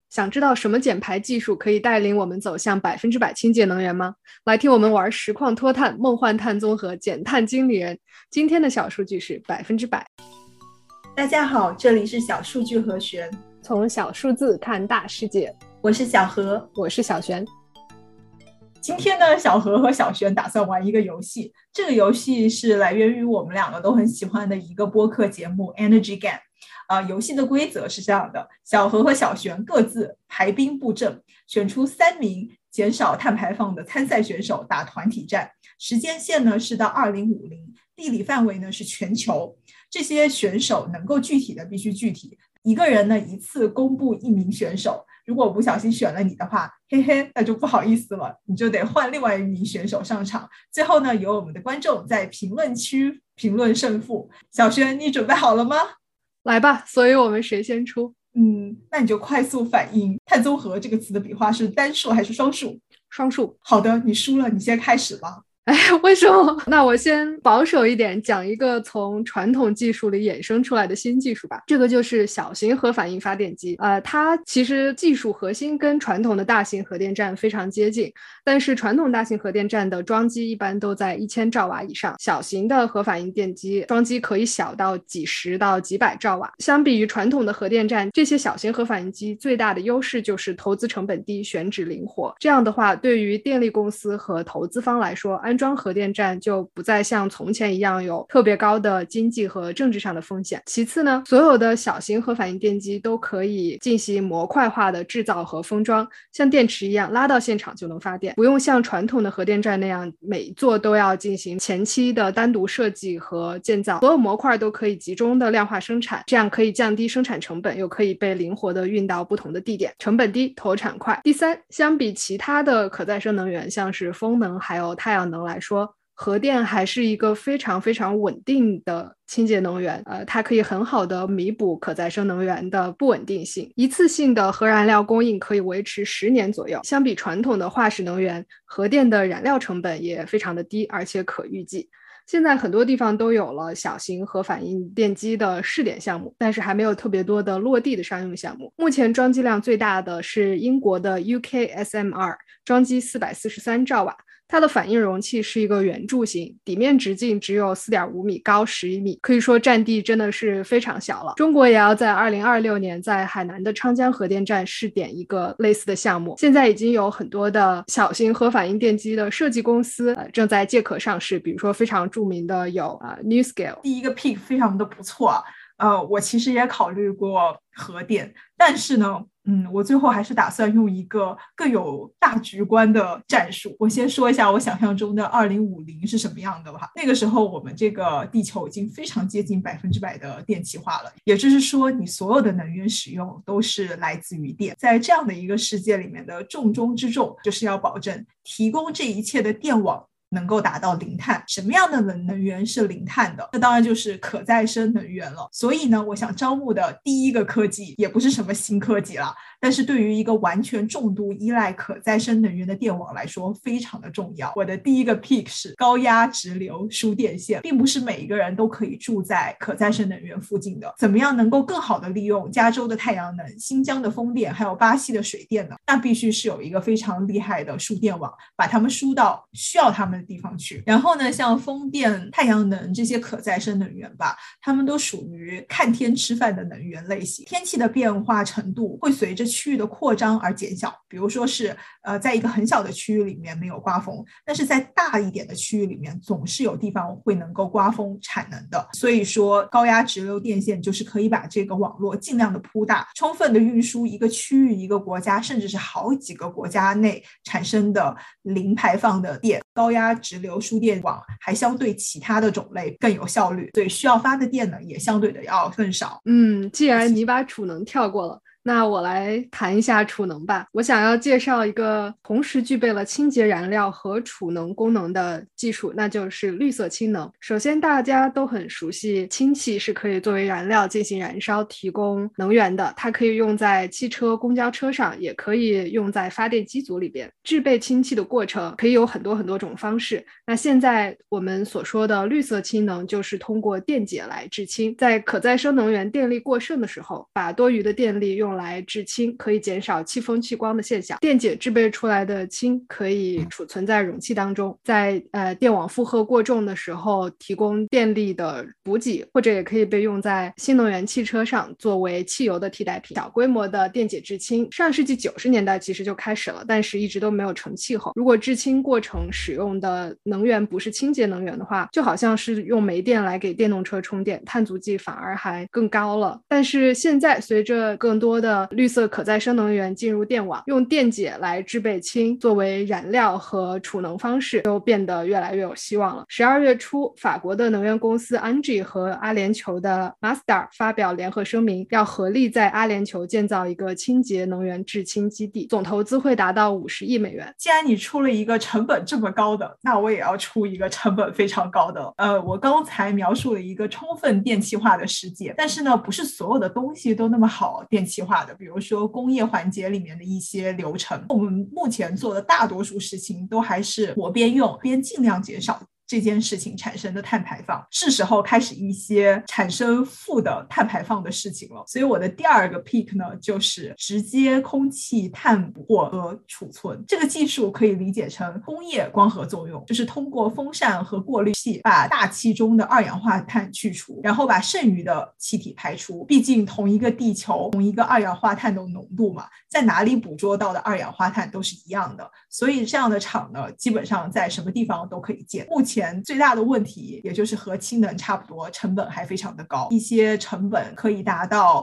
想知道什么减排技术可以带领我们走向100%清洁能源吗？来听我们玩实况脱碳、梦幻碳综合、减碳经理人。今天的小数据是100%。 大家好，这里是小数据和弦， 从小数字看大世界。 我是小何， 我是小璇。 今天呢，小何和小璇打算玩一个游戏，这个游戏是来源于我们两个都很喜欢的一个播客节目 Energy Game。游戏的规则是这样的，小何和小璇各自排兵布阵，选出3名减少碳排放的参赛选手打团体战，时间线呢是到2050，地理范围呢是全球。这些选手能够具体的必须具体，一个人呢一次公布1名选手，如果我不小心选了你的话，嘿嘿，那就不好意思了，你就得换另外1名选手上场。最后呢，由我们的观众在评论区评论胜负。小璇，你准备好了吗？ 来吧，所以我们谁先出？ 那你就快速反应，碳综合这个词的笔画是单数还是双数？ 双数。 好的，你输了，你先开始吧。 为什么？那我先保守一点，讲一个从传统技术里衍生出来的新技术吧。这个就是小型核反应发电机。它其实技术核心跟传统的大型核电站非常接近，但是传统大型核电站的装机一般都在1000兆瓦以上，小型的核反应电机装机可以小到几十到几百兆瓦。相比于传统的核电站，这些小型核反应机最大的优势就是投资成本低，选址灵活。这样的话，对于电力公司和投资方来说，安装核电站就不再像从前一样有特别高的经济和政治上的风险。其次呢，所有的小型核反应电机都可以进行模块化的制造和封装，像电池一样拉到现场就能发电，不用像传统的核电站那样每一座都要进行前期的单独设计和建造，所有模块都可以集中的量化生产，这样可以降低生产成本，又可以被灵活的运到不同的地点，成本低，投产快。第三，相比其他的可再生能源，像是风能还有太阳能来说，核电还是一个非常非常稳定的清洁能源，它可以很好的弥补可再生能源的不稳定性。一次性的核燃料供应可以维持10年左右，相比传统的化石能源，核电的燃料成本也非常的低，而且可预计。现在很多地方都有了小型核反应电机的试点项目，但是还没有特别多的落地的商用项目。目前装机量最大的是英国的 UKSMR， 装机443兆瓦。它的反应容器是一个圆柱形，底面直径只有 4.5 米，高11米，可以说占地真的是非常小了。中国也要在2026年在海南的昌江核电站试点一个类似的项目。现在已经有很多的小型核反应电机的设计公司正在借壳上市，比如说非常著名的有NuScale。 第一个 pick 非常的不错我其实也考虑过核电，但是呢我最后还是打算用一个更有大局观的战术。我先说一下我想象中的2050是什么样的吧。那个时候我们这个地球已经非常接近100%的电气化了，也就是说你所有的能源使用都是来自于电。在这样的一个世界里面的重中之重就是要保证提供这一切的电网能够达到零碳。什么样的能源是零碳的？那当然就是可再生能源了。所以呢，我想招募的第一个科技也不是什么新科技了，但是对于一个完全重度依赖可再生能源的电网来说非常的重要。我的第一个 pick 是高压直流输电线，并不是每一个人都可以住在可再生能源附近的。怎么样能够更好的利用加州的太阳能、新疆的风电还有巴西的水电呢？那必须是有一个非常厉害的输电网，把它们输到需要它们的地方去。然后呢，像风电、太阳能这些可再生能源吧，它们都属于看天吃饭的能源类型。天气的变化程度会随着区域的扩张而减小，比如说是在一个很小的区域里面没有刮风，但是在大一点的区域里面总是有地方会能够刮风产能的。所以说高压直流电线就是可以把这个网络尽量的铺大，充分的运输一个区域、一个国家甚至是好几个国家内产生的零排放的电。高压直流输电网还相对其他的种类更有效率，所以需要发的电呢也相对的要更少。 既然你把储能跳过了，那我来谈一下储能吧。我想要介绍一个同时具备了清洁燃料和储能功能的技术，那就是绿色氢能。首先大家都很熟悉氢气是可以作为燃料进行燃烧提供能源的，它可以用在汽车、公交车上，也可以用在发电机组里边。制备氢气的过程可以有很多很多种方式，那现在我们所说的绿色氢能就是通过电解来制氢，在可再生能源电力过剩的时候，把多余的电力用用来制氢，可以减少气风气光的现象。电解制备出来的氢可以储存在容器当中，在电网负荷过重的时候提供电力的补给，或者也可以被用在新能源汽车上作为汽油的替代品。小规模的电解制氢上世纪90年代其实就开始了，但是一直都没有成气候。如果制氢过程使用的能源不是清洁能源的话，就好像是用煤电来给电动车充电，碳足迹反而还更高了。但是现在随着更多的绿色可再生能源进入电网，用电解来制备氢作为燃料和储能方式都变得越来越有希望了。12月初，法国的能源公司 ENGIE 和阿联酋的 Masdar 发表联合声明，要合力在阿联酋建造一个清洁能源制氢基地，总投资会达到50亿美元。 既然你出了一个成本这么高的，那我也要出一个成本非常高的。我刚才描述了一个充分电气化的世界，但是呢，不是所有的东西都那么好电气化的。比如说工业环节里面的一些流程，我们目前做的大多数事情都还是我边用边尽量减少这件事情产生的碳排放，是时候开始一些产生负的碳排放的事情了。所以我的第二个 pick 呢，就是直接空气碳捕获和储存。这个技术可以理解成工业光合作用，就是通过风扇和过滤器把大气中的二氧化碳去除，然后把剩余的气体排出。毕竟同一个地球，同一个二氧化碳的浓度嘛，在哪里捕捉到的二氧化碳都是一样的。所以这样的厂呢，基本上在什么地方都可以建。目前最大的问题也就是和氢能差不多，成本还非常的高，一些成本可以达到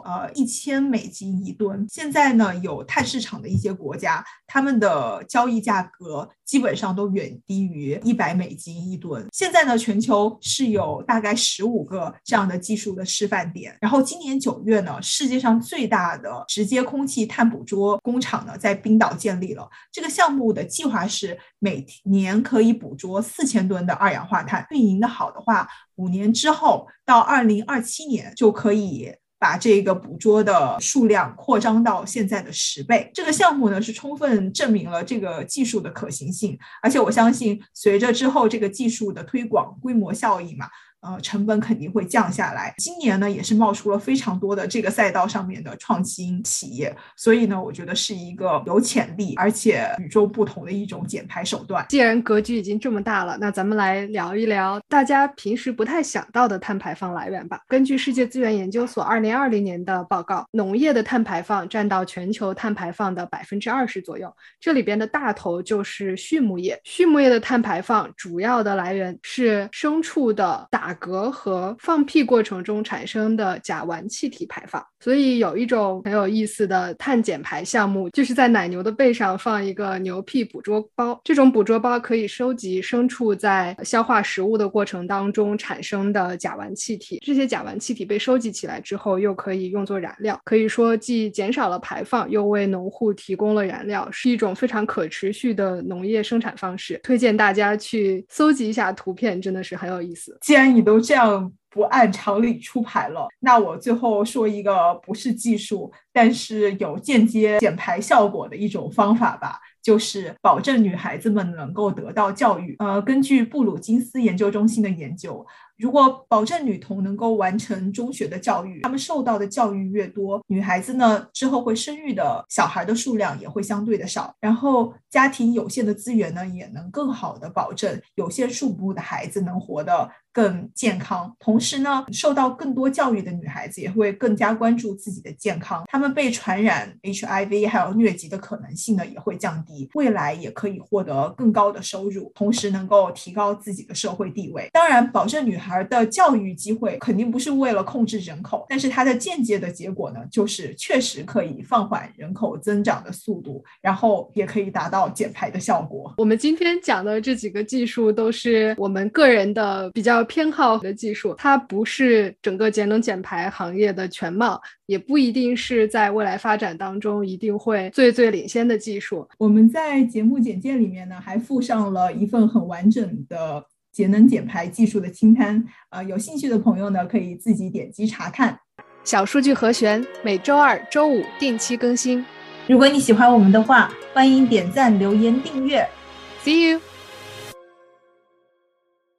$1000一吨。现在呢，有碳市场的一些国家，他们的交易价格基本上都远低于$100一吨。现在呢，全球是有大概15个这样的技术的示范点。然后今年9月呢，世界上最大的直接空气碳捕捉工厂呢，在冰岛建立了。这个项目的计划是每年可以捕捉4000吨的二氧化碳，运营的好的话，5年之后到2027年就可以把这个捕捉的数量扩张到现在的10倍。这个项目呢，是充分证明了这个技术的可行性，而且我相信随着之后这个技术的推广，规模效应嘛，成本肯定会降下来。今年呢，也是冒出了非常多的这个赛道上面的创新企业，所以呢，我觉得是一个有潜力而且与众不同的一种减排手段。 既然格局已经这么大了，那咱们来聊一聊大家平时不太想到的碳排放来源吧。根据世界资源研究所2020年的报告，农业的碳排放占到全球碳排放的20%左右，这里边的大头就是畜牧业。畜牧业的碳排放主要的来源是牲畜的打嗝和放屁过程中产生的甲烷气体排放。所以有一种很有意思的碳减排项目，就是在奶牛的背上放一个牛屁捕捉包。这种捕捉包可以收集牲畜在消化食物的过程当中产生的甲烷气体，这些甲烷气体被收集起来之后又可以用作燃料，可以说既减少了排放，又为农户提供了燃料，是一种非常可持续的农业生产方式。推荐大家去搜集一下图片，真的是很有意思。 既然你都这样不按常理出牌了，那我最后说一个不是技术，但是有间接减排效果的一种方法吧，就是保证女孩子们能够得到教育。根据布鲁金斯研究中心的研究，如果保证女童能够完成中学的教育，她们受到的教育越多，女孩子呢之后会生育的小孩的数量也会相对的少，然后家庭有限的资源呢也能更好的保证有限数目的孩子能活得更健康。同时呢，受到更多教育的女孩子也会更加关注自己的健康，她们被传染 HIV 还有疟疾的可能性呢也会降低，未来也可以获得更高的收入，同时能够提高自己的社会地位。当然，保证女孩的教育机会肯定不是为了控制人口，但是它的间接的结果呢，就是确实可以放缓人口增长的速度，然后也可以达到减排的效果。 我们今天讲的这几个技术都是我们个人的比较偏好的技术，它不是整个节能减排行业的全貌，也不一定是在未来发展当中一定会最领先的技术。 我们在节目简介里面呢，还附上了一份很完整的节能减排技术的清单，有兴趣的朋友呢，可以自己点击查看。 小数据和弦每周2、周5定期更新。 如果你喜欢我们的话，欢迎点赞、留言、订阅。 See you!